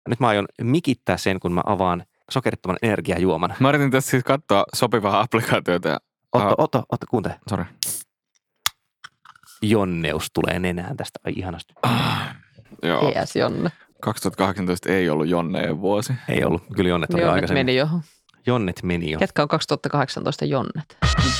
Nyt mä aion mikittää sen, kun mä avaan sokerittoman energiajuoman. Mä yritin tässä siis katsoa sopivaa applikaatiota. Ja... Otto, kuuntele. Sori. Jonneus tulee nenään tästä. Ai ihanasti. Joo. Jees, Jonne. 2018 ei ollut Jonneen vuosi. Ei ollut. Kyllä Jonnet oli Jonnet aikaisemmin. meni jo. Jonnet meni jo. Ketkä on 2018 Jonnet?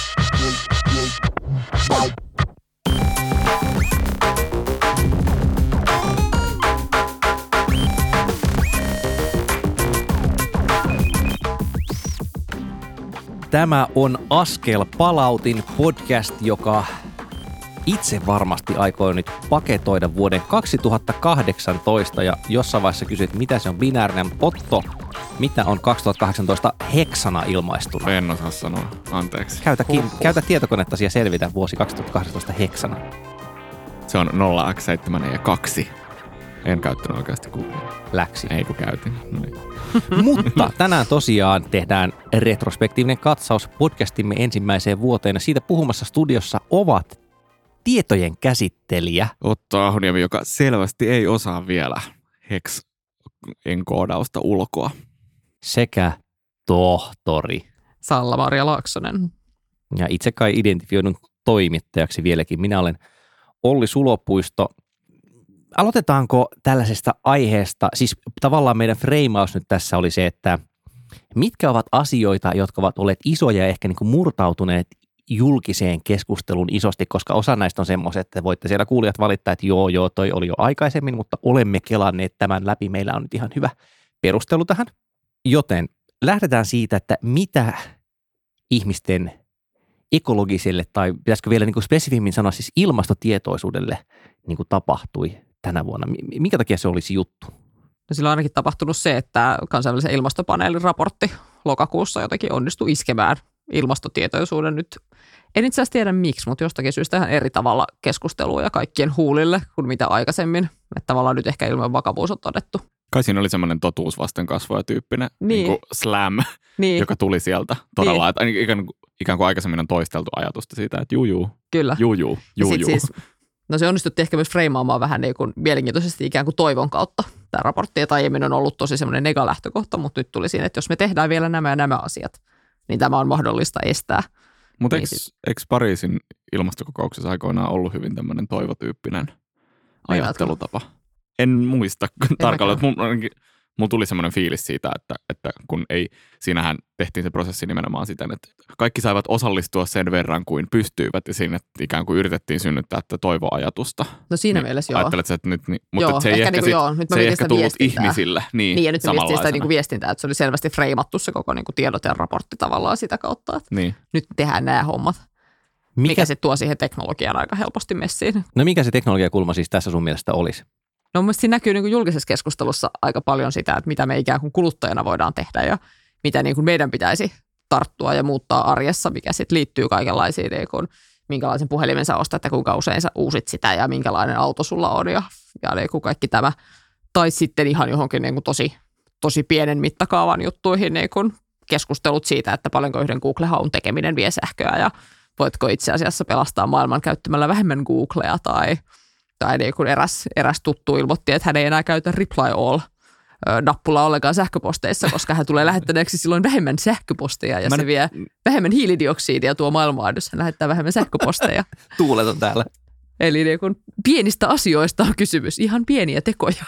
Tämä on Askel palautin podcast, joka itse varmasti aikoo nyt paketoida vuoden 2018 ja jossain vaiheessa kysyt, mitä se on binäärinen. Otto, mitä on 2018 heksana ilmaistuna? En osaa sanoa, anteeksi. Käytä tietokonettasi ja selvitä vuosi 2018 heksana. Se on 0x7 ja 2. En käyttänyt oikeasti Googlea. Läksi. Ei kun käytin. No niin. Mutta tänään tosiaan tehdään retrospektiivinen katsaus podcastimme ensimmäiseen vuoteen. Siitä puhumassa studiossa ovat tietojen käsittelijä Otto Ahoniemi, joka selvästi ei osaa vielä hex-enkoodausta ulkoa. sekä tohtori. Salla-Maria Laaksonen. Ja itse kai identifioidun toimittajaksi vieläkin. Minä olen Olli Sulopuisto. Aloitetaanko tällaisesta aiheesta, siis tavallaan meidän freimaus nyt tässä oli se, että mitkä ovat asioita, jotka ovat olleet isoja ja ehkä niin kuin murtautuneet julkiseen keskusteluun isosti, koska osa näistä on semmoiset, että voitte siellä kuulijat valittaa, että joo, toi oli jo aikaisemmin, mutta olemme kelanneet tämän läpi. Meillä on nyt ihan hyvä perustelu tähän. Joten lähdetään siitä, että mitä ihmisten ekologiselle tai pitäisikö vielä niin kuin spesifimmin sanoa siis ilmastotietoisuudelle niin kuin tapahtui tänä vuonna. Minkä takia se olisi juttu? No sillä on ainakin tapahtunut se, että kansainvälisen ilmastopaneelin raportti lokakuussa jotenkin onnistui iskemään ilmastotietoisuuden nyt. En itse asiassa tiedä miksi, mutta jostakin syystä ihan eri tavalla keskustelua ja kaikkien huulille kuin mitä aikaisemmin. Että tavallaan nyt ehkä ilman vakavuus on todettu. Kai siinä oli semmoinen totuus vasten kasvoja tyyppinen niin kuin slam, joka tuli sieltä todella. Että ikään kuin aikaisemmin on toisteltu ajatusta siitä, että Kyllä. juu. Siis, no se onnistuttiin ehkä myös freimaamaan vähän niin kuin mielenkiintoisesti ikään kuin toivon kautta tämä raportti. Että aiemmin on ollut tosi semmoinen negalähtökohta, mutta nyt tuli siinä, että jos me tehdään vielä nämä ja nämä asiat, niin tämä on mahdollista estää. Mutta niin eikö Pariisin ilmastokokouksessa aikoinaan ollut hyvin tämmöinen toivotyyppinen ajattelutapa? En muista tarkalleen. Mulla tuli semmoinen fiilis siitä, että kun ei, siinähän tehtiin se prosessi nimenomaan siten, että kaikki saivat osallistua sen verran kuin pystyivät ja siinä ikään kuin yritettiin synnyttää tätä toivoajatusta. No siinä niin mielessä joo. Ajattelet sä, että nyt, mutta joo, se ei ehkä, nyt se ei ehkä tullut ihmisille niin, ja nyt me mietittiin sitä niin kuin viestintää, että se oli selvästi freimattu se koko niin kuin tiedote-raportti tavallaan sitä kautta, että nyt tehdään nämä hommat. Mikä se tuo siihen teknologiaan aika helposti messiin. No mikä se teknologiakulma siis tässä sun mielestä olisi? No mielestäni siinä näkyy niin kuin julkisessa keskustelussa aika paljon sitä, että mitä me ikään kuin kuluttajana voidaan tehdä ja mitä niin kuin meidän pitäisi tarttua ja muuttaa arjessa, mikä sitten liittyy kaikenlaisiin, niin kuin, minkälaisen puhelimen sä ostat ja kuinka usein sä uusit sitä ja minkälainen auto sulla on ja niin kuin kaikki tämä. Tai sitten ihan johonkin niin kuin tosi pienen mittakaavan juttuihin niin kuin keskustelut siitä, että paljonko yhden Google-haun tekeminen vie sähköä ja voitko itse asiassa pelastaa maailman käyttämällä vähemmän Googlea tai niin kuin eräs tuttu ilmoitti, että hän ei enää käytä reply all-nappulaa ollenkaan sähköposteissa, koska hän tulee lähettäneeksi silloin vähemmän sähköposteja ja se vie vähemmän hiilidioksidia tuo maailmaan, jos hän lähettää vähemmän sähköposteja. Tuulet on täällä. Eli niin kuin pienistä asioista on kysymys, ihan pieniä tekoja.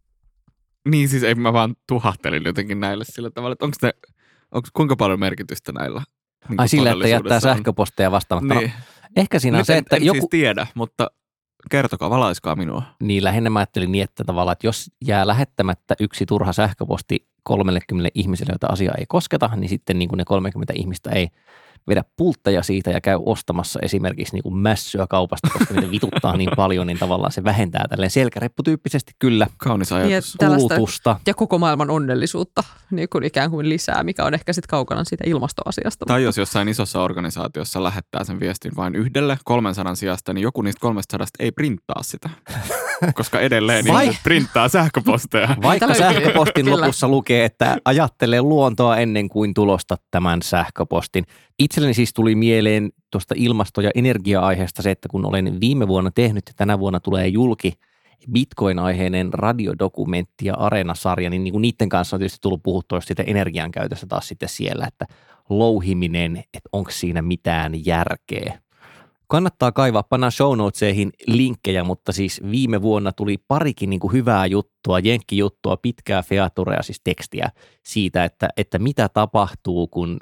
Niin siis ei mä vaan tuhahtelin jotenkin näille sillä tavalla, että onko kuinka paljon merkitystä näillä? Niin ai sillä, että jättää sähköposteja vastaanottamatta. Niin. Ehkä siinä on se, että en siis tiedä, mutta kertokaa, valaiskaa minua. Niin lähinnä mä ajattelin niin, että tavallaan, että jos jää lähettämättä yksi turha sähköposti 30 ihmiselle, jota asia ei kosketa, niin sitten niin kuin ne 30 ihmistä ei vedä pultteja siitä ja käy ostamassa esimerkiksi niin kuin mässyä kaupasta, koska niitä vituttaa niin paljon, niin tavallaan se vähentää tälleen selkärepputyyppisesti kyllä. Kaunis ajatus. Kulutusta. Ja koko maailman onnellisuutta niin kuin ikään kuin lisää, mikä on ehkä sitten kaukana siitä ilmastoasiasta. Tai jos jossain isossa organisaatiossa lähettää sen viestin vain yhdelle 300 sijasta, niin joku niistä 300 ei printtaa sitä, koska edelleen ihmiset printtaa sähköposteja. Vaikka sähköpostin lopussa lukee, että ajattele luontoa ennen kuin tulostat tämän sähköpostin. Itselleni siis tuli mieleen tuosta ilmasto- ja energia-aiheesta se, että kun olen viime vuonna tehnyt ja tänä vuonna tulee julki Bitcoin-aiheinen radiodokumentti ja Areena-sarja, niin niinku niiden kanssa on tietysti tullut puhuttua siitä energian käytöstä taas sitten siellä, että louhiminen, että onko siinä mitään järkeä. Kannattaa kaivaa, pannaan show notesihin linkkejä, mutta siis viime vuonna tuli parikin niin kuin hyvää juttua, jenkkijuttua, pitkää featurea, siis tekstiä siitä, että mitä tapahtuu, kun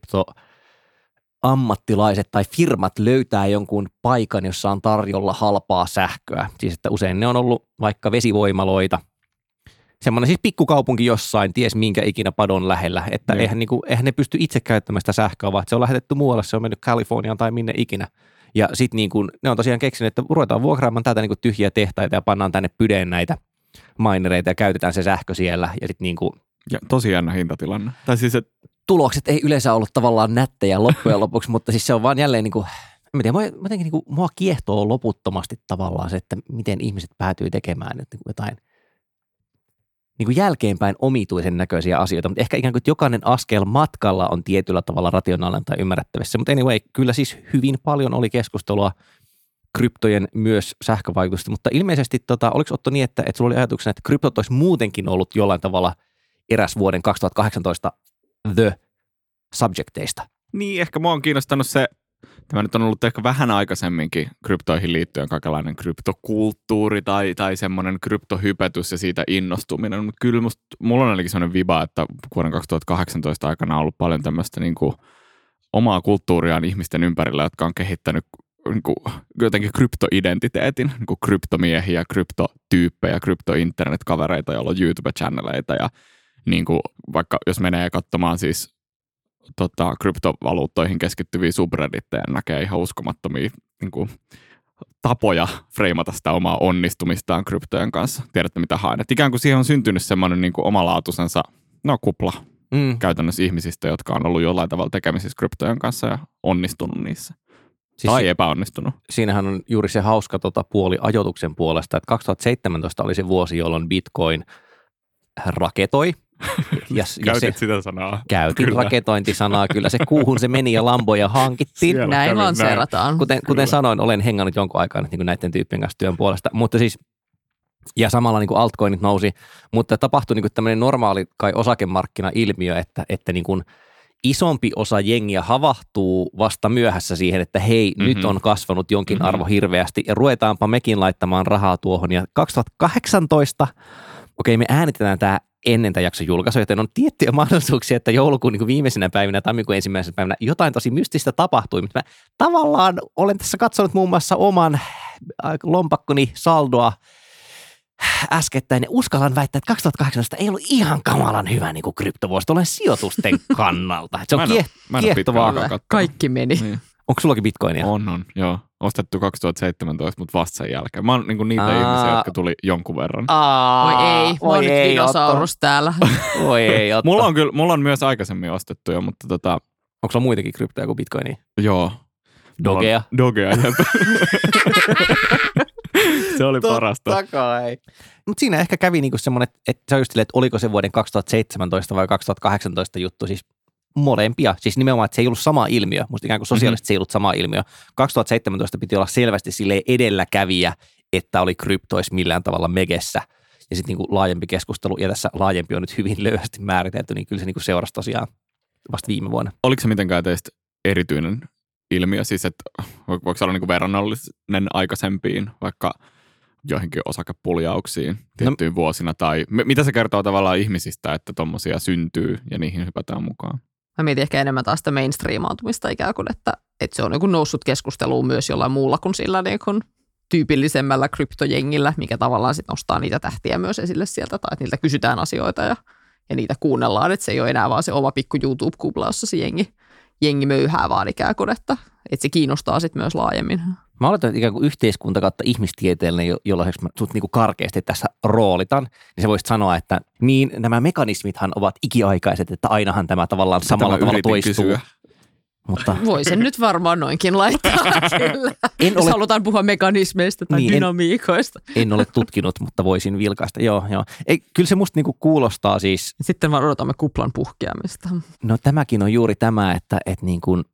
kryptoammattilaiset tai firmat löytää jonkun paikan, jossa on tarjolla halpaa sähköä. Siis että usein ne on ollut vaikka vesivoimaloita, semmoinen siis pikkukaupunki jossain, ties minkä ikinä padon lähellä, että eihän ne pysty itse käyttämään sitä sähköä, vaan se on lähetetty muualle, se on mennyt Kaliforniaan tai minne ikinä. Ja sitten niin ne on tosiaan keksinyt, että ruvetaan vuokraamaan täältä niin tyhjiä tehtaita ja pannaan tänne pydeen näitä minereita ja käytetään se sähkö siellä. Ja sitten niin ja tosi jännä hintatilanne. Tai siis, tulokset ei yleensä ollut tavallaan nättejä loppujen lopuksi, mutta siis se on vaan jälleen, en tiedä, mua kiehtoo loputtomasti tavallaan se, että miten ihmiset päätyy tekemään nyt jotain jälkeenpäin omituisen näköisiä asioita, mutta ehkä ikään kuin jokainen askel matkalla on tietyllä tavalla rationaalinen tai ymmärrettävissä. Mutta anyway, kyllä siis hyvin paljon oli keskustelua kryptojen myös sähkövaikutusta, mutta ilmeisesti oliko Otto niin, että sulla oli ajatuksena, että kryptot olisi muutenkin ollut jollain tavalla eräs vuoden 2018 the subjecteista? Niin, ehkä mua on kiinnostanut se, tämä nyt on ollut ehkä vähän aikaisemminkin kryptoihin liittyen kaikenlainen kryptokulttuuri tai semmoinen kryptohypetys ja siitä innostuminen, mutta kyllä mulla on ainakin semmoinen viba, että vuoden 2018 aikana on ollut paljon tämmöistä niin kuin omaa kulttuuriaan ihmisten ympärillä, jotka on kehittänyt niin kuin jotenkin kryptoidentiteetin, niin kuin kryptomiehiä, kryptotyyppejä, kryptointernetkavereita, joilla on YouTube-channeleita ja niin kuin vaikka jos menee katsomaan siis kryptovaluuttoihin keskittyviä subredditteja, näkee ihan uskomattomia niin kuin, tapoja freimata sitä omaa onnistumistaan kryptojen kanssa. Tiedätte mitä haen. Et ikään kuin siihen on syntynyt semmoinen niin kuin omalaatuisensa kupla käytännössä ihmisistä, jotka on ollut jollain tavalla tekemisissä kryptojen kanssa ja onnistunut niissä. Siis tai epäonnistunut. Siinähän on juuri se hauska puoli ajoituksen puolesta, että 2017 oli se vuosi, jolloin Bitcoin raketoi. Käytit sitä sanaa. Käytin kyllä. Raketointisanaa, kyllä se kuuhun se meni ja lamboja hankittiin. Siellä näin lanseerataan. Kuten sanoin, olen hengannut jonkun aikaa niin näiden tyyppien kanssa työn puolesta, mutta siis ja samalla niin kuin altcoinit nousi, mutta tapahtui niin kuin tämmöinen normaali kai osakemarkkina-ilmiö, että niin kuin isompi osa jengiä havahtuu vasta myöhässä siihen, että hei, nyt on kasvanut jonkin arvo hirveästi ja ruvetaanpa mekin laittamaan rahaa tuohon. Ja 2018, me äänitetään tämä ennen tämän jakson julkaisua, joten on tiettyjä mahdollisuuksia, että joulukuun niin kuin viimeisenä päivinä, tammikuun ensimmäisenä päivänä jotain tosi mystistä tapahtui, mutta mä tavallaan olen tässä katsonut muun muassa oman lompakkoni saldoa äskettäin ja uskallan väittää, että 2018 ei ollut ihan kamalan hyvä niin kuin kryptovuosi tuollainen sijoitusten kannalta. Se on kiehtovaa. Kaikki meni. Niin. Onko sullakin bitcoinia? On, joo. Ostettu 2017, mutta vasta sen jälkeen. Mä oon niin niitä ihmisiä, jotka tuli jonkun verran. Voi nyt dinosaurus täällä. Voi ei, Otto. Mulla on myös aikaisemmin ostettu jo, mutta onko sulla muitakin kryptoja kuin bitcoinia? Joo. Dogea, jep. Se oli parasta. Totta kai. Mutta siinä ehkä kävi niinku semmoinen, että sä just silleen, että oliko se vuoden 2017 vai 2018 juttu, siis molempia. Siis nimenomaan, että se ei ollut sama ilmiö. Musta ikään kuin sosiaalisesti se ei ollut sama ilmiö. 2017 piti olla selvästi silleen edelläkävijä, että oli kryptois millään tavalla megessä. Ja sitten niinku laajempi keskustelu, ja tässä laajempi on nyt hyvin löyhästi määritelty, niin kyllä se niinku seurasi tosiaan vasta viime vuonna. Oliko se mitenkään teistä erityinen ilmiö, siis että voiko se olla niinku verrannollinen aikaisempiin, vaikka joihinkin osakepuljauksiin tiettyyn vuosina, tai mitä se kertoo tavallaan ihmisistä, että tommosia syntyy ja niihin hypätään mukaan? Mä mietin ehkä enemmän taas sitä mainstreamautumista ikään kuin, että se on niin noussut keskusteluun myös jollain muulla kuin sillä niin kuin tyypillisemmällä kryptojengillä, mikä tavallaan sit nostaa niitä tähtiä myös esille sieltä, tai että niiltä kysytään asioita ja niitä kuunnellaan, että se ei ole enää vaan se oma pikku YouTube-kupla, jossa se jengi möyhää vaan ikään kuin, että se kiinnostaa sitten myös laajemmin. Mä oletan, että ikään kuin yhteiskunta kautta ihmistieteellinen, jolla mä sut niinku karkeasti tässä roolitan, niin sä voisit sanoa, että niin nämä mekanismithan ovat ikiaikaiset, että ainahan tämä tavallaan samalla tavalla toistuu. Mutta voi sen nyt varmaan noinkin laittaa kyllä, jos halutaan puhua mekanismeista tai dynamiikoista. En ole tutkinut, mutta voisin vilkaista. Joo. Ei, kyllä se musta niinku kuulostaa siis. Sitten vaan odotamme kuplan puhkeamista. No tämäkin on juuri tämä, että niin kuin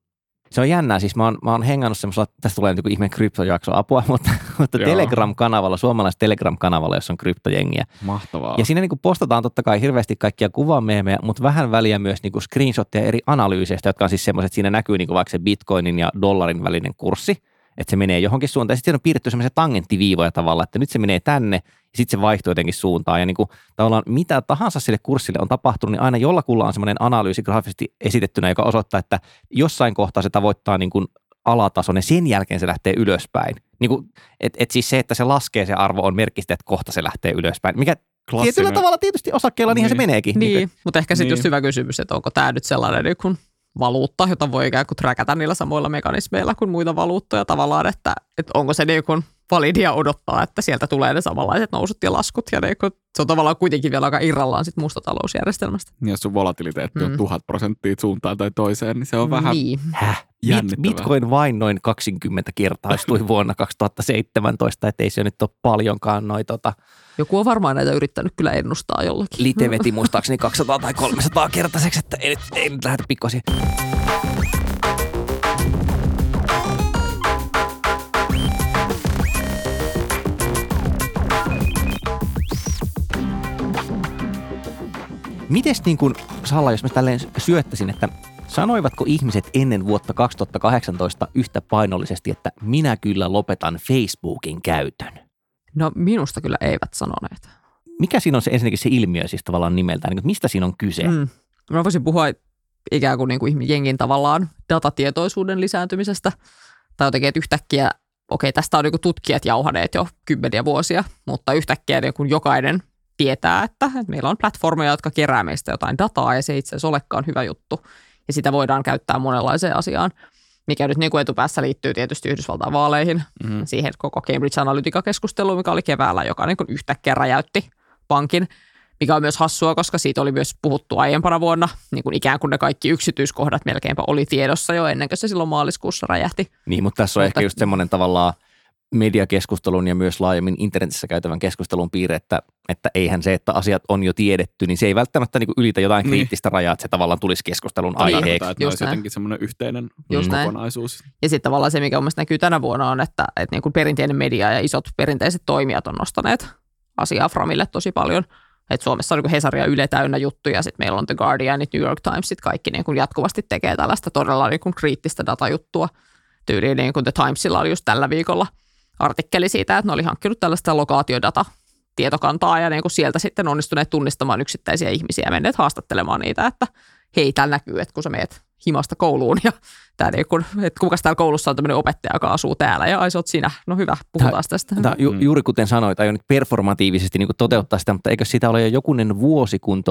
Se on jännää, siis mä oon hengannut semmoisella, tästä tulee niin kuin ihmeen kryptojakso apua, mutta Telegram-kanavalla, suomalaisella Telegram-kanavalla, jossa on kryptojengiä. Mahtavaa. Ja siinä niin kuin postataan totta kai hirveästi kaikkia kuvameemejä, mutta vähän väliä myös niin kuin screenshotteja eri analyyseistä, jotka on siis semmoiset, että siinä näkyy niin kuin vaikka se bitcoinin ja dollarin välinen kurssi, että se menee johonkin suuntaan. Ja sitten on piirretty semmoisia tangenttiviivoja tavalla, että nyt se menee tänne ja sitten se vaihtuu jotenkin suuntaan. Ja niin kuin tavallaan mitä tahansa sille kurssille on tapahtunut, niin aina jollakulla on semmoinen analyysi graafisesti esitettynä, joka osoittaa, että jossain kohtaa se tavoittaa niin kuin alatason ja sen jälkeen se lähtee ylöspäin. Niin kuin, et siis se, että se laskee se arvo on merkistä, että kohta se lähtee ylöspäin. Mikä tietyllä tavalla tietysti osakkeilla niinhän se meneekin. Niin, mutta ehkä sitten just hyvä kysymys, että onko tämä nyt sellainen niin kuin valuutta, jota voi ikään kuin trackata niillä samoilla mekanismeilla kuin muita valuuttoja tavallaan, että onko se niin kuin validia odottaa, että sieltä tulee ne samanlaiset nousut ja laskut ja niin kuin, se on tavallaan kuitenkin vielä aika irrallaan sit muusta talousjärjestelmästä. Ja jos sun volatiliteetti on 1000% suuntaan tai toiseen, niin se on vähän jännittävää. Bitcoin vain noin 20-kertaistui vuonna 2017, että ei se nyt ole paljonkaan noin Joku on varmaan näitä yrittänyt kyllä ennustaa jollakin. Lite veti muistaakseni 200 tai 300 kertaiseksi, että ei nyt lähdetä pikkuasia. Mites niin kuin, Salla, jos mä tälleen syöttäisin, että sanoivatko ihmiset ennen vuotta 2018 yhtä painollisesti, että minä kyllä lopetan Facebookin käytön? No minusta kyllä eivät sanoneet. Mikä siinä on se ensinnäkin se ilmiö siis tavallaan nimeltään, niin mistä siinä on kyse? Mä voisin puhua ikään kuin jengin tavallaan datatietoisuuden lisääntymisestä tai jotenkin, että yhtäkkiä, tästä on niin tutkijat jauhaneet jo kymmeniä vuosia, mutta yhtäkkiä niin kuin jokainen tietää, että meillä on platformeja, jotka kerää meistä jotain dataa ja se itse asiassa olekaan hyvä juttu ja sitä voidaan käyttää monenlaiseen asiaan, mikä nyt niin kuin etupäässä liittyy tietysti Yhdysvaltain vaaleihin, siihen koko Cambridge Analytica-keskusteluun, mikä oli keväällä, joka niin kuin yhtäkkiä räjäytti pankin, mikä on myös hassua, koska siitä oli myös puhuttu aiempana vuonna, niin kuin ikään kuin ne kaikki yksityiskohdat melkeinpä oli tiedossa jo ennen kuin se silloin maaliskuussa räjähti. Niin, mutta tässä on ehkä just semmoinen tavallaan mediakeskustelun ja myös laajemmin internetissä käytävän keskustelun piirre, että eihän se, että asiat on jo tiedetty, niin se ei välttämättä niin kuin ylitä jotain kriittistä rajaa, että se tavallaan tulisi keskustelun aiheeksi. Että olisi jotenkin semmoinen yhteinen kokonaisuus. Ja sitten tavallaan se, mikä mun mielestä näkyy tänä vuonna on, että niin kuin perinteinen media ja isot perinteiset toimijat on nostaneet asiaa framille tosi paljon. Että Suomessa on niin kuin Hesari ja Yle täynnä juttuja, sitten meillä on The Guardianit, New York Timesit, kaikki niin kuin jatkuvasti tekee tällaista todella niin kuin kriittistä datajuttua. Tyyliin niin kuin The Timesilla oli just tällä viikolla artikkeli siitä, että ne oli hankkinut tällaista lokaatiodata-tietokantaa ja niin kuin sieltä sitten onnistuneet tunnistamaan yksittäisiä ihmisiä ja menneet haastattelemaan niitä, että hei, täällä näkyy, että kun sä meet himasta kouluun ja tää niin kuin, että kukas täällä koulussa on tämmöinen opettaja, joka asuu täällä ja ai sä oot sinä. No hyvä, puhutaan tästä. Juuri kuten sanoit, aion nyt performatiivisesti niin kuin toteuttaa sitä, mutta eikö sitä ole jo jokunen vuosi, kun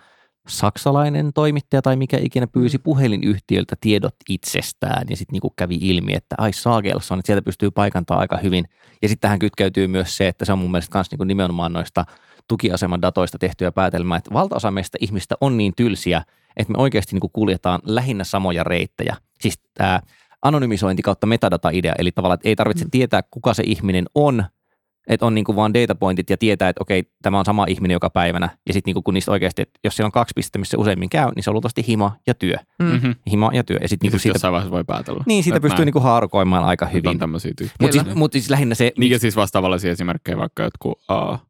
saksalainen toimittaja tai mikä ikinä pyysi puhelinyhtiöltä tiedot itsestään ja sitten niinku kävi ilmi, että Sagelson, että sieltä pystyy paikantamaan aika hyvin. Ja sitten tähän kytkeytyy myös se, että se on mun mielestä myös niinku nimenomaan noista tukiaseman datoista tehtyä päätelmää, että valtaosa meistä ihmistä on niin tylsiä, että me oikeasti niinku kuljetaan lähinnä samoja reittejä. Siis tämä anonymisointi kautta metadata-idea, eli tavallaan, että ei tarvitse tietää, kuka se ihminen on, että on niinku vaan datapointit ja tietää, että okei, tämä on sama ihminen joka päivänä. Ja sitten niinku kun niistä oikeasti, että jos siellä on 2 pistettä, missä useimmin käy, niin se on luultavasti hima ja työ. Hima ja työ. Ja sitten niinku jossain vaiheessa voi päätellä. Niin, siitä pystyy niinku haarukoimaan aika hyvin. On tämmöisiä tyyppejä. Mutta siis lähinnä se... Niin ja siis vastaavallisia esimerkkejä vaikka jotkut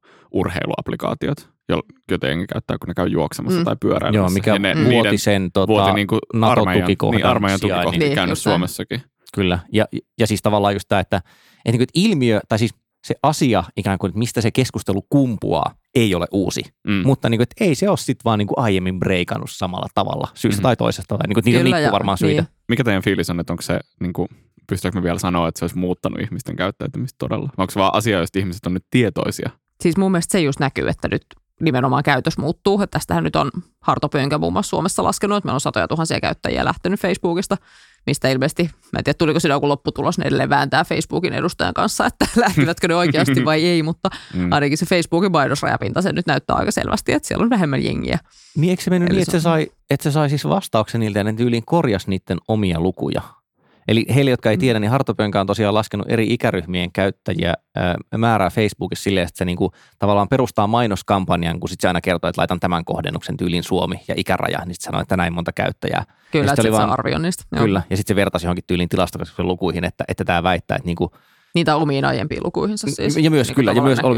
urheiluapplikaatiot, joita jengi käyttää, kun ne käy juoksemassa tai pyöräilemässä. Joo, mikä vuoti sen niinku NATO-tukikohdan. Armeijan tukikohdan käynyt Suomessakin. Kyllä. Ja siis tavallaan just tämä, että ilmiö, tai siis se asia ikään kuin, että mistä se keskustelu kumpuaa, ei ole uusi. Mutta niin kuin, että ei se ole sitten vaan niin kuin aiemmin breikannut samalla tavalla syystä tai toisesta. Tai niin kuin, niitä liikkuu varmaan syitä. Niin. Mikä teidän fiilis on, että onko se, niin kuin, pystyykö me vielä sanoa, että se olisi muuttanut ihmisten käyttäytymistä todella? Onko se vaan asia, josta ihmiset on nyt tietoisia? Siis mun mielestä se just näkyy, että nyt nimenomaan käytös muuttuu. Että tästähän nyt on Harto Pönkä muun muassa Suomessa laskenut, että meillä on 100 000 käyttäjiä lähtenyt Facebookista, mistä ilmeisesti, mä en tiedä tuliko siinä joku lopputulos, ne edelleen vääntää Facebookin edustajan kanssa, että lähtivätkö ne oikeasti vai ei, mutta ainakin se Facebookin mainosrajapinta, se nyt näyttää aika selvästi, että siellä on vähemmän jengiä. Niin eikö se mennyt niin, että se sai siis vastauksen niiltä ja ne tyyliin korjasi niiden omia lukuja? Eli heille, jotka ei tiedä, niin Hartopönkä on tosiaan laskenut eri ikäryhmien käyttäjiä määrää Facebookissa silleen, että se niinku tavallaan perustaa mainoskampanjan, kun sitten se aina kertoo, että laitan tämän kohdennuksen tyyliin Suomi ja ikäraja, niin sitten sanoo, että näin monta käyttäjää. Kyllä, että se arvioi niistä. Kyllä, ja sitten se vertasi johonkin tyyliin tilastokeskuksen lukuihin, että tämä väittää, että niinku niitä omiin aiempiin lukuihinsa siis. Ja myös, kyllä, ja myös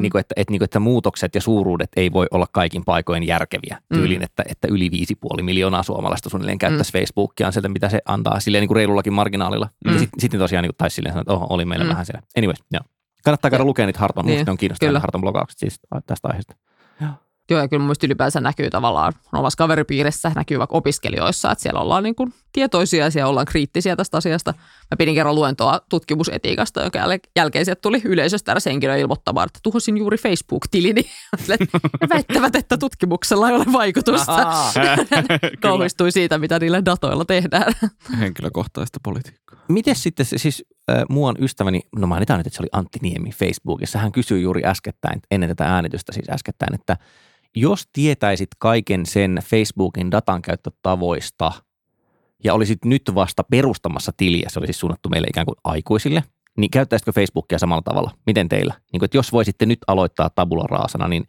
että muutokset ja suuruudet ei voi olla kaikin paikoin järkeviä. Tyyliin, että yli 5,5 miljoonaa suomalaista suunnilleen käyttäisi Facebookiaan sieltä, mitä se antaa silleen niin kuin reilullakin marginaalilla. Ja sitten tosiaan niin taisi silleen sanoa, että oli meillä vähän siellä. Anyways, joo. Kannattaa käydä lukea niitä Harton, niin, ne on kiinnostavia Harton blogaukset siis tästä aiheesta. Joo, ja kyllä mun mielestä ylipäänsä näkyy tavallaan omassa kaveripiirissä, näkyy vaikka opiskelijoissa, että siellä ollaan niin kuin tietoisia ja siellä ollaan kriittisiä tästä asiasta. Mä pidin kerran luentoa tutkimusetiikasta, jonka jälkeen sieltä tuli yleisöstä eräs henkilö ilmoittamaan, että tuhosin juuri Facebook-tilini. Ne väittävät, että tutkimuksella ei ole vaikutusta. Kauhistui siitä, mitä niillä datoilla tehdään. Henkilökohtaista politiikkaa. Miten sitten siis muuan ystäväni, no mainitaan nyt, että se oli Antti Niemi Facebookissa, hän kysyi juuri äskettäin, ennen tätä äänitystä siis äskettäin, että jos tietäisit kaiken sen Facebookin datankäyttötavoista ja olisit nyt vasta perustamassa tiliä, se oli siis suunnattu meille ikään kuin aikuisille, niin käyttäisitkö Facebookia samalla tavalla? Miten teillä? Niin kuin, että jos voisitte nyt aloittaa tabula rasana, niin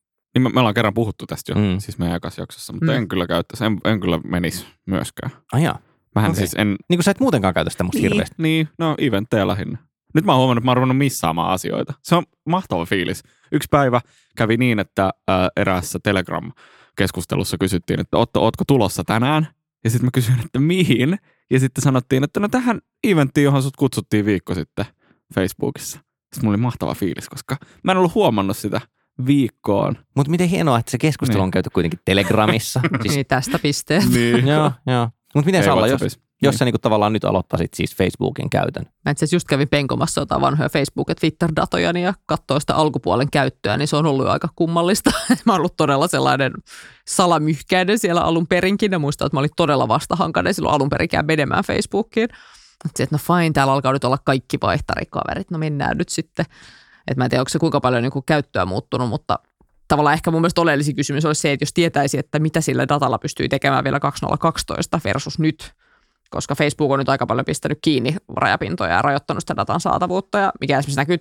me ollaan kerran puhuttu tästä jo, siis meidän jaksossa, mutta en kyllä käyttäisi, en kyllä menisi myöskään. Ajaa. Siis en niin kuin sä et muutenkaan käytä sitä musta hirveästi. Niin, no eventteja lähinnä. Nyt mä oon huomannut, että mä oon ruvennut missaamaan asioita. Se on mahtava fiilis. Yksi päivä kävi niin, että eräässä Telegram-keskustelussa kysyttiin, että ootko tulossa tänään? Ja sitten mä kysyin, että mihin? Ja sitten sanottiin, että no tähän eventtiin, johon sut kutsuttiin viikko sitten Facebookissa. Sitten mulla oli mahtava fiilis, koska mä en ollut huomannut sitä viikkoon. Mutta miten hienoa, että se keskustelu on käyty kuitenkin Telegramissa. Siis niin tästä pisteet. Niin. Joo. Mutta miten Salla, jos sä niinku tavallaan nyt aloittaisit siis Facebookin käytön? Mä itse asiassa just kävin penkomassa jotain vanhoja Facebook- ja Twitter-datoja ja katsoi sitä alkupuolen käyttöä, niin se on ollut aika kummallista. Mä oon ollut todella sellainen salamyhkäinen siellä alun perinkin ja muistan, että mä olin todella vastahankainen silloin alun perinkään menemään Facebookiin. Että no fine, täällä alkaa nyt olla kaikki vaihtarikaverit, no mennään nyt sitten. Että mä en tiedä, onko se kuinka paljon niin kuin käyttöä muuttunut, mutta tavallaan ehkä mun mielestä oleellisin kysymys olisi se, että jos tietäisi, että mitä sillä datalla pystyy tekemään vielä 2012 versus nyt, koska Facebook on nyt aika paljon pistänyt kiinni rajapintoja ja rajoittanut sitä datan saatavuutta, ja mikä esimerkiksi näkyy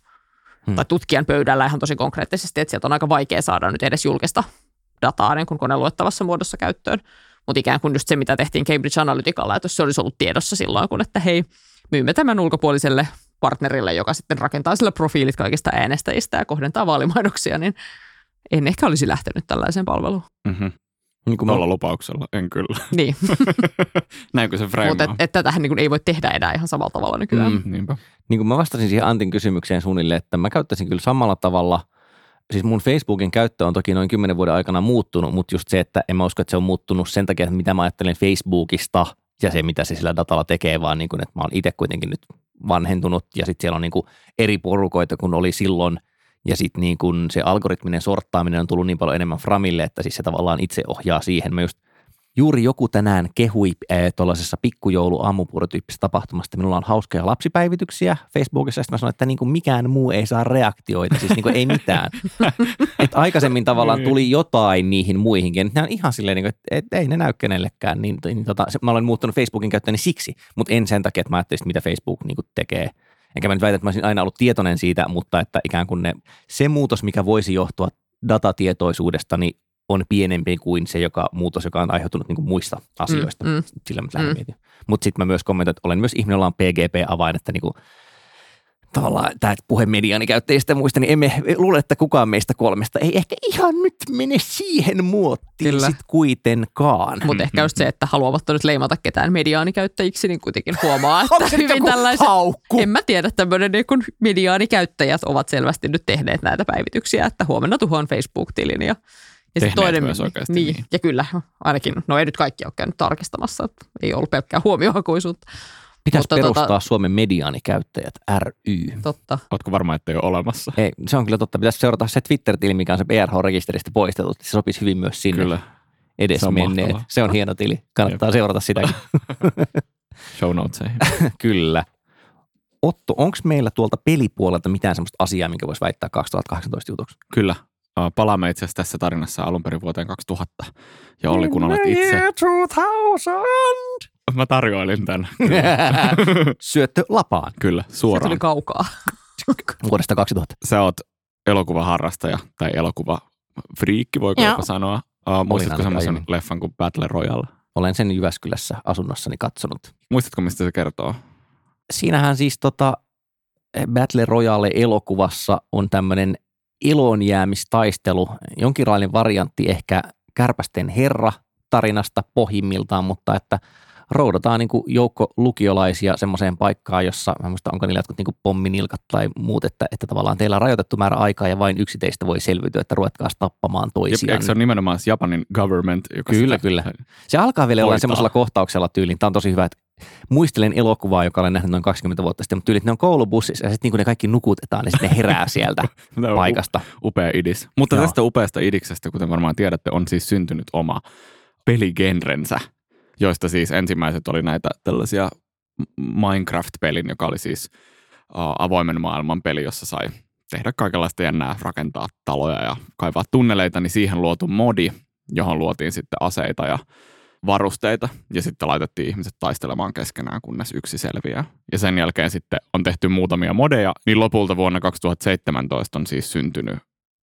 tai tutkijan pöydällä ihan tosi konkreettisesti, että sieltä on aika vaikea saada nyt edes julkista dataa niin kuin koneluettavassa muodossa käyttöön. Mutta ikään kuin just se, mitä tehtiin Cambridge Analyticalla, että jos se olisi ollut tiedossa silloin, kun että hei, myymme tämän ulkopuoliselle partnerille, joka sitten rakentaa sillä profiilit kaikista äänestäjistä ja kohdentaa vaalimainoksia, niin en ehkä olisi lähtenyt tällaiseen palveluun. Mm-hmm. Niin kuin nolla lupauksella, en kyllä. Niin. Näinkö se freimaa? Mutta että tätähän niin kuin ei voi tehdä enää ihan samalla tavalla nykyään. Niinpä. Niin kuin mä vastasin siihen Antin kysymykseen suunnilleen, että mä käyttäisin kyllä samalla tavalla. Siis mun Facebookin käyttö on toki noin 10 vuoden aikana muuttunut, mutta just se, että en mä usko, että se on muuttunut sen takia, että mitä mä ajattelen Facebookista ja se, mitä se sillä datalla tekee, vaan niin kuin, että mä oon itse kuitenkin nyt vanhentunut ja sitten siellä on niin kuin eri porukoita kuin oli silloin. Ja sitten niin kun se algoritminen sorttaaminen on tullut niin paljon enemmän framille, että siis se tavallaan itse ohjaa siihen. Mä just juuri joku tänään kehui tuollaisessa pikkujoulu-aamupuurotyyppisessä tapahtumassa, että minulla on hauskoja lapsipäivityksiä Facebookissa. Sitten mä sanoin, että niin kuin mikään muu ei saa reaktioita, siis niin kuin ei mitään. Että aikaisemmin tavallaan tuli jotain niihin muihinkin. Nyt nämä on ihan silleen, että ei ne näy kenellekään. Mä olen muuttanut Facebookin käyttööni siksi, mutta en sen takia, että mä ajattelin, mitä Facebook niin kuin tekee. Enkä mä nyt väitä, että mä olisin aina ollut tietoinen siitä, mutta että ikään kuin se muutos, mikä voisi johtua datatietoisuudesta, niin on pienempi kuin se muutos, joka on aiheutunut niin kuin muista asioista. Sillä mä lähden mietin. Mutta sitten mä myös kommentoin, että olen myös ihminen, jolla on PGP-avain, että niin kuin, tavallaan tämä puhemediaanikäyttäjistä muista, niin emme luule, että kukaan meistä kolmesta ei ehkä ihan nyt mene siihen muottiin sitten kuitenkaan. Mutta ehkä just se, että haluavat nyt leimata ketään mediaanikäyttäjiksi, niin kuitenkin huomaa, että hyvin tällaiset, en mä tiedä, tämmöinen niin kun mediaanikäyttäjät ovat selvästi nyt tehneet näitä päivityksiä, että huomenna tuhoan Facebook-tilin ja toinen myös oikeasti. Niin. Ja kyllä, ainakin, no ei nyt kaikki ole käynyt tarkistamassa, että ei ollut pelkkää huomiohakuisuutta. Pitäisi perustaa Suomen mediaanikäyttäjät ry. Totta. Ootko varma, että ei ole olemassa? Ei, se on kyllä totta. Pitäisi seurata se Twitter-tili, mikä on se PRH-rekisteristä poistettu. Se sopisi hyvin myös sinne. Kyllä. Edesmenneet. Se on hieno tili. Kannattaa seurata sitäkin. Show notesihin. Kyllä. Otto, onko meillä tuolta pelipuolelta mitään sellaista asiaa, minkä voisi väittää 2018 jutuksi? Kyllä. Palaamme itse asiassa tässä tarinassa alun perin vuoteen 2000. Ja Olli, kun olet itse... 2000! Mä tarjoilin tämän. Syöttö lapaan. Kyllä, Se suoraan. tuli kaukaa. Vuodesta 2000. Sä oot elokuvaharrastaja tai elokuvafriikki, voiko jopa sanoa. Muistatko semmoisen leffan kuin Battle Royale? Olen sen Jyväskylässä asunnossani katsonut. Muistatko, mistä se kertoo? Siinähän siis Battle Royale-elokuvassa on tämmöinen eloonjäämistaistelu, jonkinlainen variantti ehkä Kärpästen herra tarinasta pohjimmiltaan, mutta että roudataan niin kuin joukko lukiolaisia semmoiseen paikkaan, jossa, mä muistan, onko niillä jotkut niin kuin pomminilkat tai muut, että tavallaan teillä on rajoitettu määrä aikaa ja vain yksi teistä voi selviytyä, että ruvetkaas tappamaan toisiaan. Eikö se ole nimenomaan Japanin government? Joka Kyllä. Se alkaa vielä olla semmoisella kohtauksella tyyliin. Tämä on tosi hyvä, että muistelen elokuvaa, joka olen nähnyt noin 20 vuotta sitten, mutta tyyliin, ne on koulubussissa ja sitten niin ne kaikki nukutetaan ja sitten ne herää sieltä paikasta. Upea idis. Mutta tästä upeasta idiksestä, kuten varmaan tiedätte, on siis syntynyt oma peligenrensä, joista siis ensimmäiset oli näitä tällaisia Minecraft-pelin, joka oli siis avoimen maailman peli, jossa sai tehdä kaikenlaista jännää, rakentaa taloja ja kaivaa tunneleita, niin siihen luotu modi, johon luotiin sitten aseita ja varusteita ja sitten laitettiin ihmiset taistelemaan keskenään, kunnes yksi selviää. Ja sen jälkeen sitten on tehty muutamia modeja, niin lopulta vuonna 2017 on siis syntynyt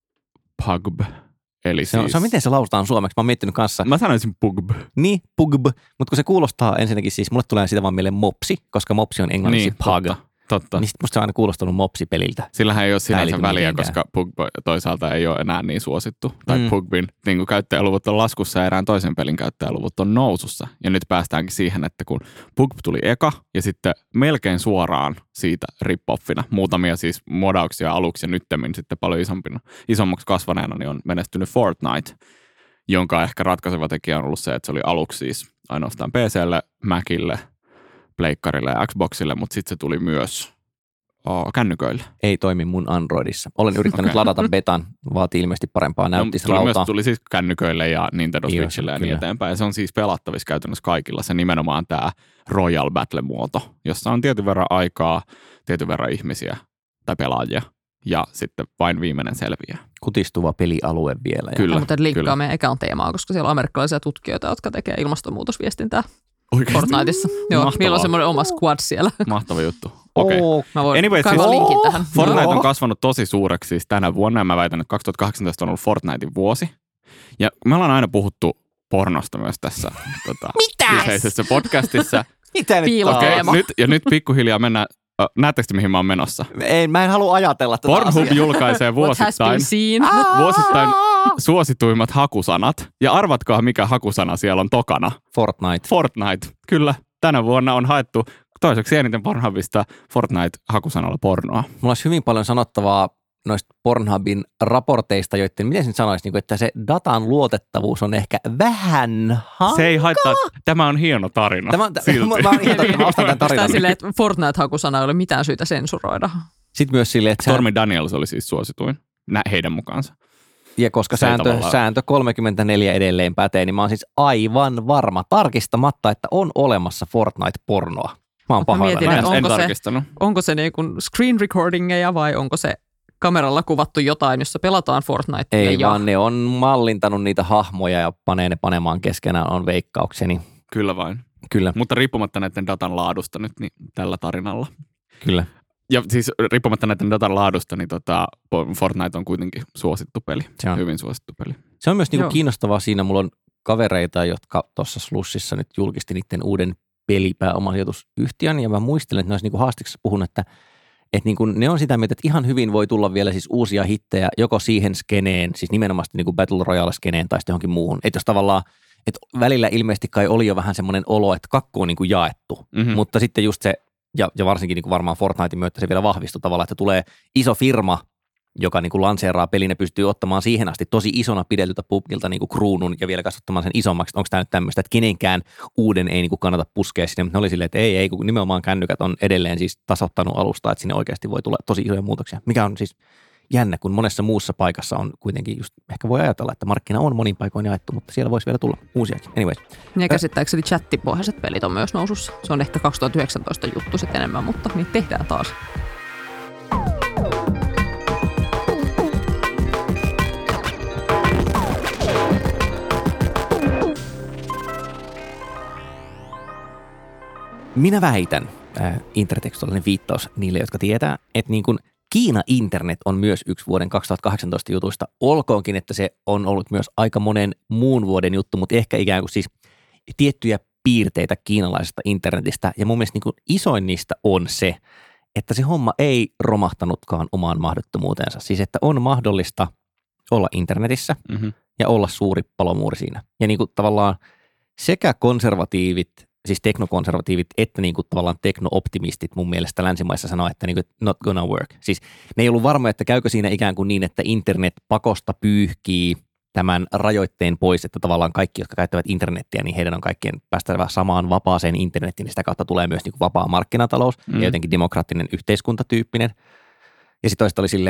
PUBG. Eli se on miten se lausutaan suomeksi? Mä oon miettinyt kanssa. Mä sanoisin PUBG. Niin, PUBG. Mutta kun se kuulostaa ensinnäkin siis, mulle tulee sitä vaan mieleen mopsi, koska mopsi on englanniksi niin, PUBG. Totta. Niin musta se on aina kuulostanut mopsipeliltä. Sillähän ei ole sinänsä väliä, koska PUBG toisaalta ei ole enää niin suosittu. Tai PUBGin niin käyttäjäluvut on laskussa ja erään toisen pelin käyttäjäluvut on nousussa. Ja nyt päästäänkin siihen, että kun PUBG tuli eka ja sitten melkein suoraan siitä rip-offina, muutamia siis modauksia aluksi ja nyttemmin sitten paljon isommaksi kasvaneena, niin on menestynyt Fortnite, jonka ehkä ratkaiseva tekijä on ollut se, että se oli aluksi siis ainoastaan PC:lle, Macille, pleikkarille ja Xboxille, mutta sitten se tuli myös kännyköille. Ei toimi mun Androidissa. Olen yrittänyt ladata betan, vaatii ilmeisesti parempaa näyttisrautaa. Tuli siis kännyköille ja Nintendo Switchille ja niin eteenpäin. Ja se on siis pelattavissa käytännössä kaikilla. Se nimenomaan tämä Royal Battle-muoto, jossa on tietyn verran aikaa, tietyn verran ihmisiä tai pelaajia ja sitten vain viimeinen selviää. Kutistuva pelialue vielä. Kyllä. Mutta linkkaa meidän ekan teemaa, koska siellä on amerikkalaisia tutkijoita, jotka tekee ilmastonmuutosviestintää. Oikeasti? Fortniteissa. Joo, meillä on semmoinen oma squad siellä. Mahtava juttu. Okei. Mä voin kaivaa linkin tähän. Fortnite on kasvanut tosi suureksi siis tänä vuonna ja mä väitän, että 2018 on ollut Fortnitein vuosi. Ja me ollaan aina puhuttu pornosta myös tässä kyseisessä podcastissa. Mitä nyt? Nyt pikkuhiljaa mennään. Näettekö mihin mä oon menossa? Mä en halua ajatella tätä Pornhub asiaa. julkaisee vuosittain suosituimmat hakusanat. Ja arvatkaa, mikä hakusana siellä on tokana. Fortnite. Kyllä. Tänä vuonna on haettu toiseksi eniten Pornhubista Fortnite-hakusanalla pornoa. Mulla olisi hyvin paljon sanottavaa noista Pornhubin raporteista, joiden, miten sen sanoisi, että se datan luotettavuus on ehkä vähän hankala. Se ei haittaa. Tämä on hieno tarina. Mä ostan tämän tarinan. Sitä silleen, että Fortnite-hakusana ei ole mitään syytä sensuroida. Sitten myös silleen, että Stormy Daniels oli siis suosituin heidän mukaansa. Ja koska sääntö 34 edelleen pätee, niin mä oon siis aivan varma tarkistamatta, että on olemassa Fortnite-pornoa. Mä oon pahoillani. Onko se niin kuin screen recordingeja vai onko se kameralla kuvattu jotain, jossa pelataan Fortnitea? Ei vaan ne on mallintanut niitä hahmoja ja panee ne panemaan keskenään, on veikkaukseni. Kyllä vain. Kyllä. Mutta riippumatta näiden datan laadusta nyt niin tällä tarinalla. Kyllä. Ja siis riippumatta näiden datan laadusta, niin Fortnite on kuitenkin suosittu peli. Se on hyvin suosittu peli. Se on myös niinku kiinnostavaa siinä. Mulla on kavereita, jotka tuossa Slushissa nyt julkisti niiden uuden pelipääomasijoitusyhtiön. Ja mä muistelen, että ne olisi niinku haastiksessa puhunut, että niinku ne on sitä mieltä, että ihan hyvin voi tulla vielä siis uusia hittejä joko siihen skeneen, siis nimenomaan niinku Battle Royale-skeneen tai sitten johonkin muuhun. Että jos tavallaan, että välillä ilmeisesti kai oli jo vähän semmoinen olo, että kakku on niinku jaettu, mutta sitten just se, ja varsinkin niin varmaan Fortnitein myötä se vielä vahvistui tavallaan, että tulee iso firma, joka niin kuin lanseeraa pelin ja pystyy ottamaan siihen asti tosi isona pideltyltä PUBGilta niin kuin kruunun ja vielä kasvattamaan sen isommaksi. Onko tämä nyt tämmöistä, että kenenkään uuden ei niin kuin kannata puskea sinne, mutta ne oli silleen, että ei, kun nimenomaan kännykät on edelleen siis tasoittanut alusta, että sinne oikeasti voi tulla tosi isoja muutoksia. Mikä on siis jännä, kun monessa muussa paikassa on kuitenkin just, ehkä voi ajatella, että markkina on monin paikoin jaettu, mutta siellä voisi vielä tulla uusiakin. Anyways. Ja käsittääkseni chattipohjaiset pelit on myös nousussa. Se on ehkä 2019 juttu sitten enemmän, mutta niin tehdään taas. Minä väitän, intertekstuaalinen viittaus niille, jotka tietää, että niin kuin Kiina-internet on myös yksi vuoden 2018 jutuista. Olkoonkin, että se on ollut myös aika monen muun vuoden juttu, mutta ehkä ikään kuin siis tiettyjä piirteitä kiinalaisesta internetistä. Ja mun mielestä niin kuin isoin niistä on se, että se homma ei romahtanutkaan omaan mahdottomuuteensa. Siis että on mahdollista olla internetissä ja olla suuri palomuuri siinä. Ja niin kuin tavallaan sekä konservatiivit, siis teknokonservatiivit, että niin kuin tavallaan teknooptimistit mun mielestä länsimaissa sanoo, että niin kuin not gonna work. Siis ne ei ollut varma, että käykö siinä ikään kuin niin, että internet pakosta pyyhkii tämän rajoitteen pois, että tavallaan kaikki, jotka käyttävät internettiä, niin heidän on kaikkien päästävä samaan vapaaseen internettiin, niin sitä kautta tulee myös niin kuin vapaa markkinatalous ja jotenkin demokraattinen yhteiskuntatyyppinen. Ja sitten toista oli silleen,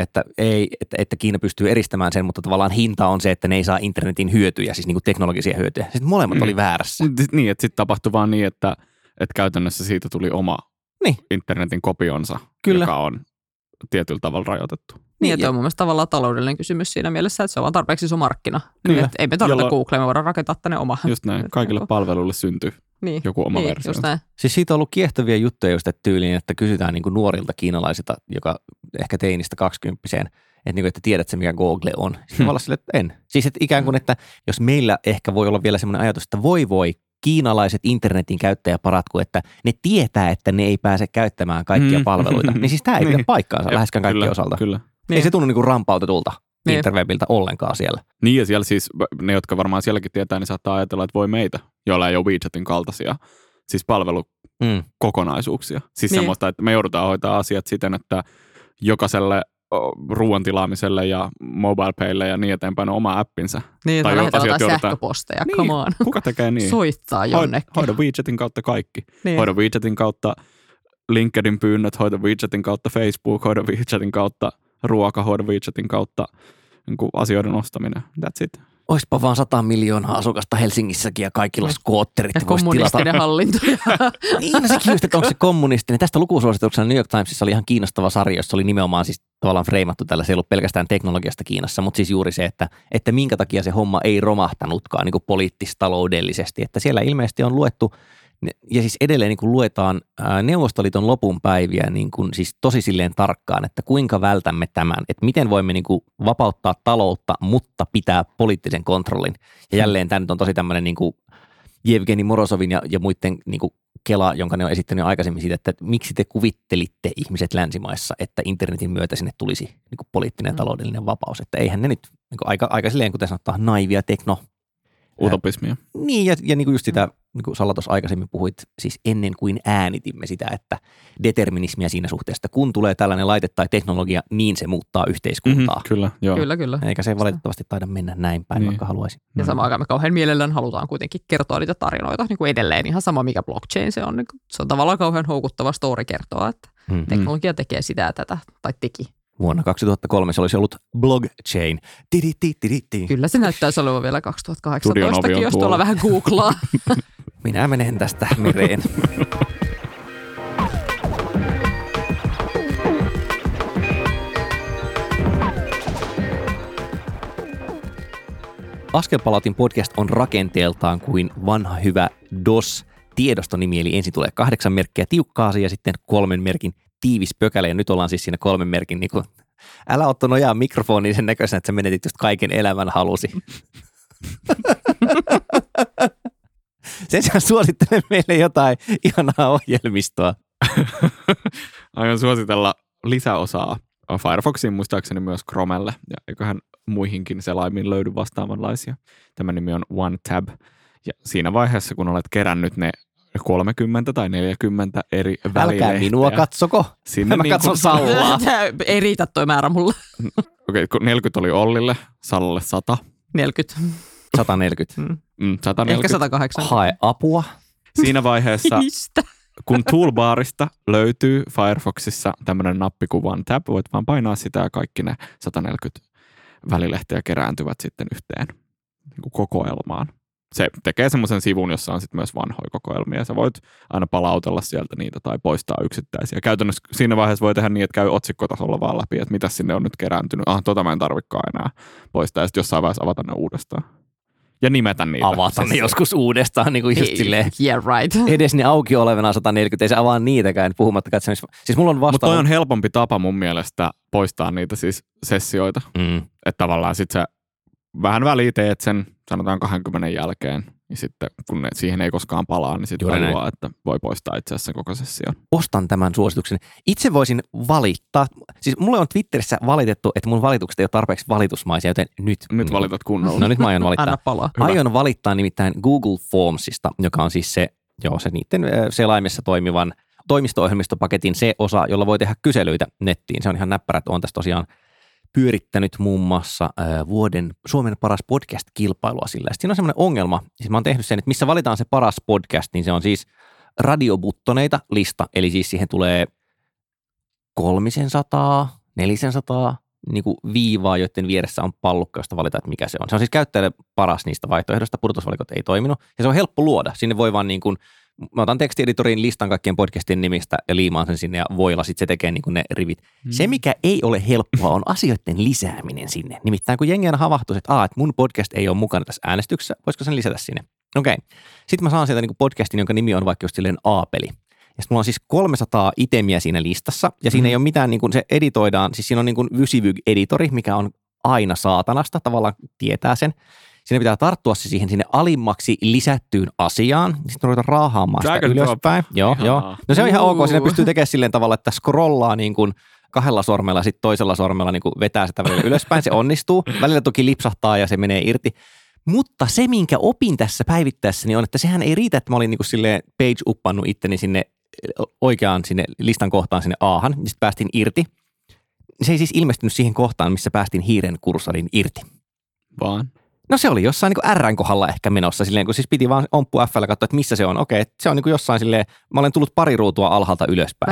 että Kiina pystyy eristämään sen, mutta tavallaan hinta on se, että ne ei saa internetin hyötyjä, siis niin kuin teknologisia hyötyjä. Sitten molemmat oli väärässä. Niin, että sitten tapahtui vaan niin, että käytännössä siitä tuli oma internetin kopionsa, joka on tietyllä tavalla rajoitettu. Niin, että on mun mielestä tavallaan taloudellinen kysymys siinä mielessä, että se on vaan tarpeeksi iso markkina. Niin, ei me tarvita Googlea, me voidaan rakentaa tänne oma. Just näin, kaikille palveluille syntyy joku oma versio. Siis siitä on ollut kiehtovia juttuja just tyyliin, että kysytään niin kuin nuorilta kiinalaisilta, joka ehkä teinistä 20-vuotiaaseen, että tiedät se, mikä Google on. Sitten vaan sille, että en. Siis että ikään kuin, että jos meillä ehkä voi olla vielä semmoinen ajatus, että voi kiinalaiset internetin käyttäjäparatku, että ne tietää, että ne ei pääse käyttämään kaikkia palveluita. Niin siis tämä ei pidä paikkaansa läheskään kaikkien osalta. Kyllä. Ei se tunnu niin kuin rampautetulta interwebiltä ollenkaan siellä. Niin ja siellä siis ne, jotka varmaan sielläkin tietää, niin saattaa ajatella, että voi meitä, joilla ei ole WeChatin kaltaisia siis palvelukokonaisuuksia. Siis semmoista, että me joudutaan hoitaa asiat siten, että jokaiselle ruoan tilaamiselle ja MobilePaylle ja niin eteenpäin on oma appinsa. Niin, tai lähdetään jotain sähköposteja, niin, come on. Kuka tekee niin? Soittaa jonnekin. Hoida WeChatin kautta kaikki. Niin. Hoida WeChatin kautta LinkedIn pyynnöt, hoida WeChatin kautta Facebook, hoida WeChatin kautta ruoka, hoida WeChatin kautta niin kuin asioiden ostaminen. That's it. Oispa vaan 100 miljoonaa asukasta Helsingissäkin ja kaikilla skootterit. Ja kommunistinen hallinto. Niin, sekin just, että onko se kommunistinen. Tästä lukusuosituksena New York Timesissa oli ihan kiinnostava sarja, jossa oli nimenomaan siis tavallaan freimattu tällä. Se ei ollut pelkästään teknologiasta Kiinassa, mutta siis juuri se, että minkä takia se homma ei romahtanutkaan niin kuin poliittis-taloudellisesti. Että siellä ilmeisesti on luettu, ja siis edelleen niin kuin luetaan Neuvostoliiton lopun päiviä niin kuin siis tosi silleen tarkkaan, että kuinka vältämme tämän, että miten voimme niin kuin vapauttaa taloutta, mutta pitää poliittisen kontrollin. Ja jälleen tämä nyt on tosi tämmöinen niin kuin Jevgeni Morozovin ja muiden niin kuin kela, jonka ne on esittänyt aikaisemmin siitä, että miksi te kuvittelitte ihmiset länsimaissa, että internetin myötä sinne tulisi niin kuin poliittinen ja taloudellinen vapaus. Että eihän ne nyt niin kuin aika silleen, kuten sanotaan, naivia utopismia. Niin, ja niin kuin just sitä, niin kuin Salla tuossa aikaisemmin puhuit, siis ennen kuin äänitimme sitä, että determinismia siinä suhteessa, että kun tulee tällainen laite tai teknologia, niin se muuttaa yhteiskuntaa. Kyllä, joo. Kyllä. Eikä se valitettavasti taida mennä näin päin, vaikka haluaisi. Ja samaan aikaan me kauhean mielellään halutaan kuitenkin kertoa niitä tarinoita niin kuin edelleen. Ihan sama, mikä blockchain se on. Niin se on tavallaan kauhean houkuttava story kertoa, että teknologia tekee sitä ja tätä, tai teki. Vuonna 2003 se olisi ollut blockchain. Kyllä se näyttäisi olevan vielä 2018, jos tuolla vähän googlaa. Minä menen tästä mereen. Askelpalautin podcast on rakenteeltaan kuin vanha hyvä DOS-tiedostonimi, eli ensin tulee 8 merkkiä tiukkaa ja sitten 3 merkin tiivis pökälä, ja nyt ollaan siis siinä 3 merkin, niin kuin, älä otto nojaa mikrofoniin sen näköisenä, että sä menetit just kaiken elämän halusi. Sen sijaan suosittelen meille jotain ihanaa ohjelmistoa. Aion suositella lisäosaa Firefoxiin, muistaakseni myös Chromelle, ja eiköhän muihinkin selaimiin löydy vastaavanlaisia. Tämä nimi on OneTab, ja siinä vaiheessa, kun olet kerännyt ne 30 tai 40 eri välilehteä. Älkää minua katsoko. Sinne mä niin katson Sallaa. Ei riitä toi määrä mulle. Okei, 40 oli Ollille, Sallalle 100. 40. 140. 140. Ehkä 180. Hae apua. Siinä vaiheessa, kun toolbarista löytyy Firefoxissa tämmöinen nappi kuin OneTab, voit vaan painaa sitä ja kaikki ne 140 välilehteä kerääntyvät sitten yhteen niin kuin kokoelmaan. Se tekee semmoisen sivun, jossa on sitten myös vanhoja kokoelmia. Sä voit aina palautella sieltä niitä tai poistaa yksittäisiä. Käytännössä siinä vaiheessa voi tehdä niin, että käy otsikkotasolla vaan läpi, että mitä sinne on nyt kerääntynyt. Tota mä en tarvikaan enää poistaa. Ja sitten jossain vaiheessa avata ne uudestaan. Ja nimetä niitä. Avata ne joskus uudestaan, niin kuin just silleen. Yeah, right. Edes ne auki olevana 140, ei se avaa niitäkään, puhumattakaan. Siis mulla on Mutta toi on helpompi tapa mun mielestä poistaa niitä siis sessioita. Että tavallaan sit sä vähän väliin teet sen, sanotaan 20 jälkeen. Ja sitten kun siihen ei koskaan palaa, niin sitten tajuaa, että voi poistaa itse asiassa koko session. Ostan tämän suosituksen. Itse voisin valittaa. Siis mulle on Twitterissä valitettu, että mun valitukset ei ole tarpeeksi valitusmaisia, joten nyt. Nyt valitat kunnolla. No nyt mä aion valittaa. Anna palaa. Aion valittaa nimittäin Google Formsista, joka on siis se niiden selaimessa toimivan toimisto-ohjelmistopaketin se osa, jolla voi tehdä kyselyitä nettiin. Se on ihan näppärä, että olen tässä tosiaan pyörittänyt muun muassa vuoden Suomen paras podcast-kilpailua sillä. Sitten siinä on semmoinen ongelma, siis mä oon tehnyt sen, että missä valitaan se paras podcast, niin se on siis radiobuttoneita lista, eli siis siihen tulee 300, 400 niin kuin viivaa, joiden vieressä on pallukka, josta valitaan, että mikä se on. Se on siis käyttäjälle paras niistä vaihtoehdosta, pudotusvalikot ei toiminut, ja se on helppo luoda. Sinne voi vaan niin kuin, mä otan tekstieditorin listan kaikkien podcastien nimistä ja liimaan sen sinne ja voilla sitten se tekee niin kuin ne rivit. Se, mikä ei ole helppoa, on asioiden lisääminen sinne. Nimittäin kun jengi aina havahtuu, että mun podcast ei ole mukana tässä äänestyksessä, voisiko sen lisätä sinne? Okei. Sitten mä saan sieltä niin kuin podcastin, jonka nimi on vaikka just silleen Aapeli. Ja sitten mulla on siis 300 itemiä siinä listassa ja siinä ei ole mitään, niin kuin se editoidaan, siis siinä on niin kuin Vysivyg-editori, mikä on aina saatanasta, tavallaan tietää sen. Siinä pitää tarttua se siihen sinne alimmaksi lisättyyn asiaan. Sitten ruvetaan raahaamaan sitä ylöspäin. Joo. No se on ihan ok. Siinä pystyy tekemään silleen tavalla, että scrollaa niin kuin 2 sormella ja sitten toisella sormella niin kuin vetää sitä välillä ylöspäin. Se onnistuu. Välillä toki lipsahtaa ja se menee irti. Mutta se, minkä opin tässä päivittäessäni on, että sehän ei riitä, että mä olin niin kuin silleen page-uppannut itteni sinne oikeaan sinne listan kohtaan sinne Ahan. Ja sitten päästin irti. Se ei siis ilmestynyt siihen kohtaan, missä päästin hiiren kursorin irti. Vaan? No se oli jossain niin kuin R:n kohdalla ehkä menossa, silleen, kun siis piti vaan omppu F:llä katsoa, että missä se on. Okei, se on niin kuin jossain silleen, mä olen tullut pari ruutua alhaalta ylöspäin.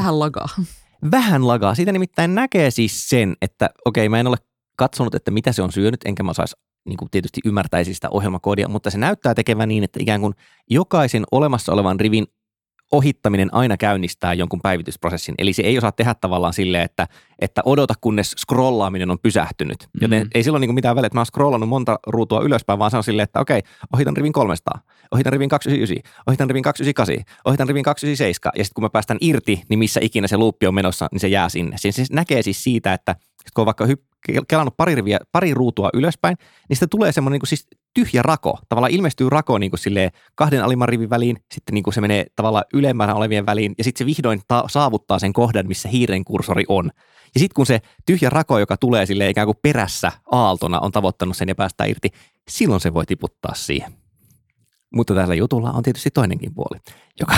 Vähän lagaa. Siitä nimittäin näkee siis sen, että okei, mä en ole katsonut, että mitä se on syönyt, enkä mä osaisi niin kuin tietysti ymmärtäisi sitä ohjelmakoodia, mutta se näyttää tekevän niin, että ikään kuin jokaisen olemassa olevan rivin ohittaminen aina käynnistää jonkun päivitysprosessin. Eli se ei osaa tehdä tavallaan silleen, että odota kunnes scrollaaminen on pysähtynyt. Joten ei silloin niin mitään väliä, että mä oon scrollannut monta ruutua ylöspäin, vaan se on silleen, että okei, ohitan rivin 300, ohitan rivin 299, ohitan rivin 298, ohitan rivin 297. Ja sitten kun mä päästän irti, niin missä ikinä se luuppi on menossa, niin se jää sinne. Se näkee siis siitä, että kun on vaikka kelannut pari ruutua ylöspäin, niin sitten tulee semmoinen niin kuin siis tyhjä rako. Tavallaan ilmestyy rako niin kuin silleen 2 alimman rivin väliin, sitten niin kuin se menee tavallaan ylemmänä olevien väliin, ja sitten se vihdoin saavuttaa sen kohdan, missä hiiren kursori on. Ja sitten kun se tyhjä rako, joka tulee silleen ikään kuin perässä aaltona, on tavoittanut sen ja päästää irti, silloin se voi tiputtaa siihen. Mutta tällä jutulla on tietysti toinenkin puoli, joka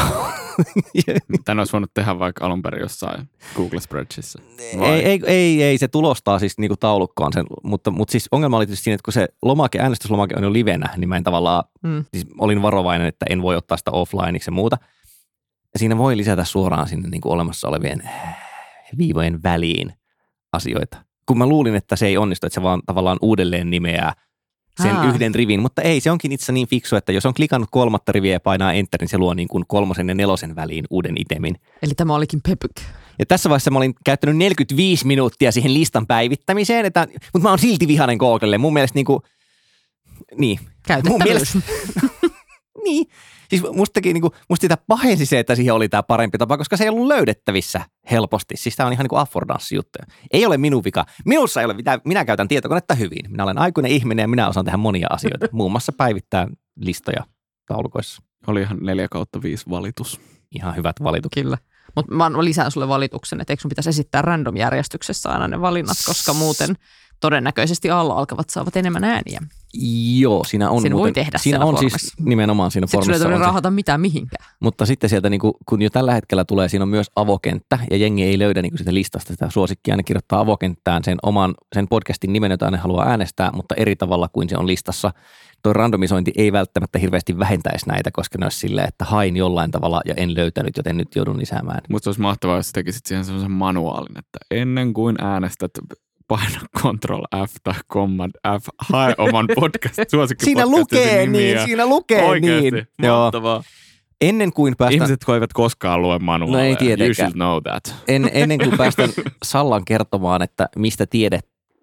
Tän olisi voinut tehdä vaikka alun perin jossain Google Spreadsheetissa. Ei, se tulostaa siis niinku taulukkoon sen, mutta siis ongelma oli tietysti siinä, että kun se äänestyslomake on jo livenä, niin mä en tavallaan, siis olin varovainen, että en voi ottaa sitä offlineiksi ja muuta. Ja siinä voi lisätä suoraan sinne niinku olemassa olevien viivojen väliin asioita. Kun mä luulin, että se ei onnistu, että se vaan tavallaan uudelleen nimeää sen yhden rivin, mutta ei, se onkin itse niin fiksu, että jos on klikannut 3. riviä ja painaa enter, niin se luo niin kuin 3. ja 4. väliin uuden itemin. Eli tämä olikin pepyk. Ja tässä vaiheessa mä olin käyttänyt 45 minuuttia siihen listan päivittämiseen, mutta mä oon silti vihainen Googlelle. Mun mielestä niin. Käytettävyys. Niin. Siis musta sitä pahensi se, että siihen oli tämä parempi tapa, koska se ei ollut löydettävissä helposti. Siis tämä on ihan niin kuin affordanssi-juttuja. Ei ole minun vika. Minussa ei ole mitään. Minä käytän tietokonetta hyvin. Minä olen aikuinen ihminen ja minä osaan tehdä monia asioita. Muun muassa päivittää listoja taulukoissa. Oli ihan 4/5 valitus. Ihan hyvät valitukset. Kyllä. Mutta mä lisään sulle valituksen, että eikö sun pitäisi esittää random-järjestyksessä aina ne valinnat, koska muuten todennäköisesti alla alkavat saavat enemmän ääniä. Joo, siinä on voi tehdä siinä on siis nimenomaan siinä formissa. Sitten sulle ei rahata mitään mihinkään. Mutta sitten sieltä, kun jo tällä hetkellä tulee, siinä on myös avokenttä, ja jengi ei löydä sitä listasta sitä suosikkia, ne kirjoittaa avokenttään sen podcastin nimen, jota ne haluaa äänestää, mutta eri tavalla kuin se on listassa. Tuo randomisointi ei välttämättä hirveästi vähentäisi näitä, koska ne olisi silleen, että hain jollain tavalla ja en löytänyt, joten nyt joudun lisäämään. Musta olisi mahtavaa, jos tekisit siihen sellaisen manuaalin, että ennen kuin äänestät, paina Ctrl F tai Command F, hae oman suosikkipodcastin nimiä. Siinä lukee oikeasti, niin. Mahtavaa. Ennen kuin päästään... Ihmiset eivät koskaan lue manuaaleja. No ei tietenkään. You should know that. Ennen kuin päästään Sallan kertomaan, että mistä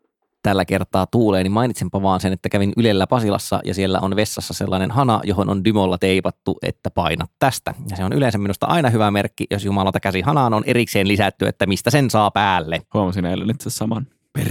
tällä kertaa tuuleen, niin mainitsenpa vaan sen, että kävin Ylellä Pasilassa ja siellä on vessassa sellainen hana, johon on Dymolla teipattu, että painat tästä. Ja se on yleensä minusta aina hyvä merkki, jos jumalauta käsi hanaan on erikseen lisätty, että mistä sen saa päälle. Huomasin eilen itse saman.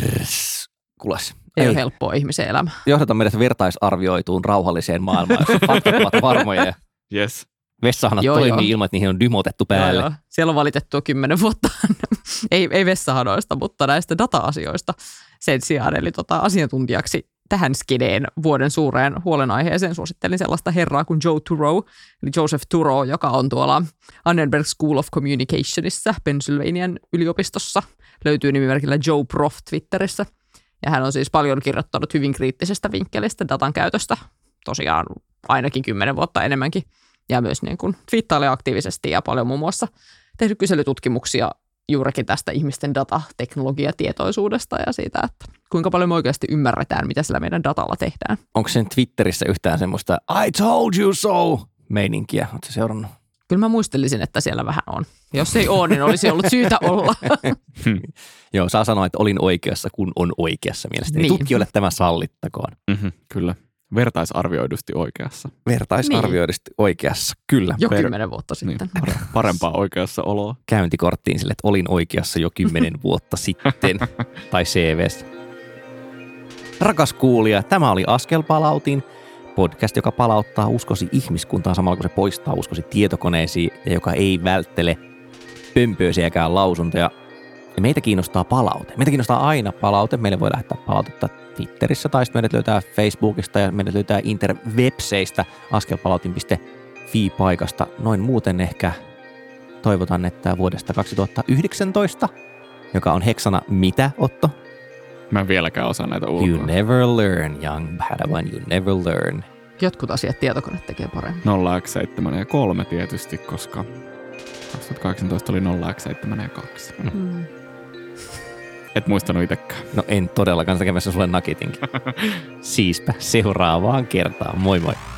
Kules. Ei ole helppoa ihmisen elämä. Johdata meidät vertaisarvioituun rauhalliseen maailmaan, jossa faktat ovat varmoja. Yes. Vessahanat toimii ilman, että niihin on dymotettu päälle. Joo. Siellä on valitettu 10 vuotta, ei vessahanoista, mutta näistä data-asioista sen sijaan. Eli asiantuntijaksi tähän skedeen vuoden suureen huolenaiheeseen suosittelin sellaista herraa kuin Joe Turow, eli Joseph Turow, joka on tuolla Annenberg School of Communicationissa Pennsylvanian yliopistossa. Löytyy nimimerkillä Joe Prof Twitterissä. Ja hän on siis paljon kirjoittanut hyvin kriittisestä vinkkelistä datan käytöstä, tosiaan ainakin 10 vuotta enemmänkin. Ja myös niin kuin twiittailee aktiivisesti ja paljon muun muassa tehnyt kyselytutkimuksia juurikin tästä ihmisten datateknologiatietoisuudesta ja siitä, että kuinka paljon me oikeasti ymmärretään, mitä sillä meidän datalla tehdään. Onko sen Twitterissä yhtään semmoista I told you so -meininkiä? Oletko se seurannut? Kyllä mä muistelisin, että siellä vähän on. Jos ei ole, niin olisi ollut syytä olla. Joo, saa sanoa, että olin oikeassa, kun on oikeassa mielestäni. Niin. Tutkijoille tämä sallittakoon. Kyllä. Vertaisarvioidusti oikeassa. Vertaisarvioidusti oikeassa, kyllä. Jo 10 vuotta sitten. Niin, parempaa oikeassa oloa. Käyntikorttiin sille, että olin oikeassa jo 10 vuotta sitten. Tai CV:ssä. Rakas kuulija, tämä oli Askelpalautin. Podcast, joka palauttaa uskosi ihmiskuntaan samalla kun se poistaa uskosi tietokoneisiin ja joka ei välttele pömpöisiäkään lausuntoja. Ja meitä kiinnostaa palaute. Meitä kiinnostaa aina palaute. Meille voi lähettää palautetta Twitterissä tai sitten meidät löytää Facebookista ja meidät löytää interwebseistä askelpalautin.fi-paikasta. Noin muuten ehkä toivotan, että vuodesta 2019, joka on heksana mitä, Otto? Mä en vieläkään osaa näitä ulkoa. You never learn, young Padawan, you never learn. Jotkut asiat tietokone tekee paremmin. 0x7 ja 3 tietysti, koska 2018 oli 0x7 ja 2. Et muistanut itsekään. No en todellakaan tekemässä sulle nakitinkin. Siispä seuraavaan kertaan. Moi moi.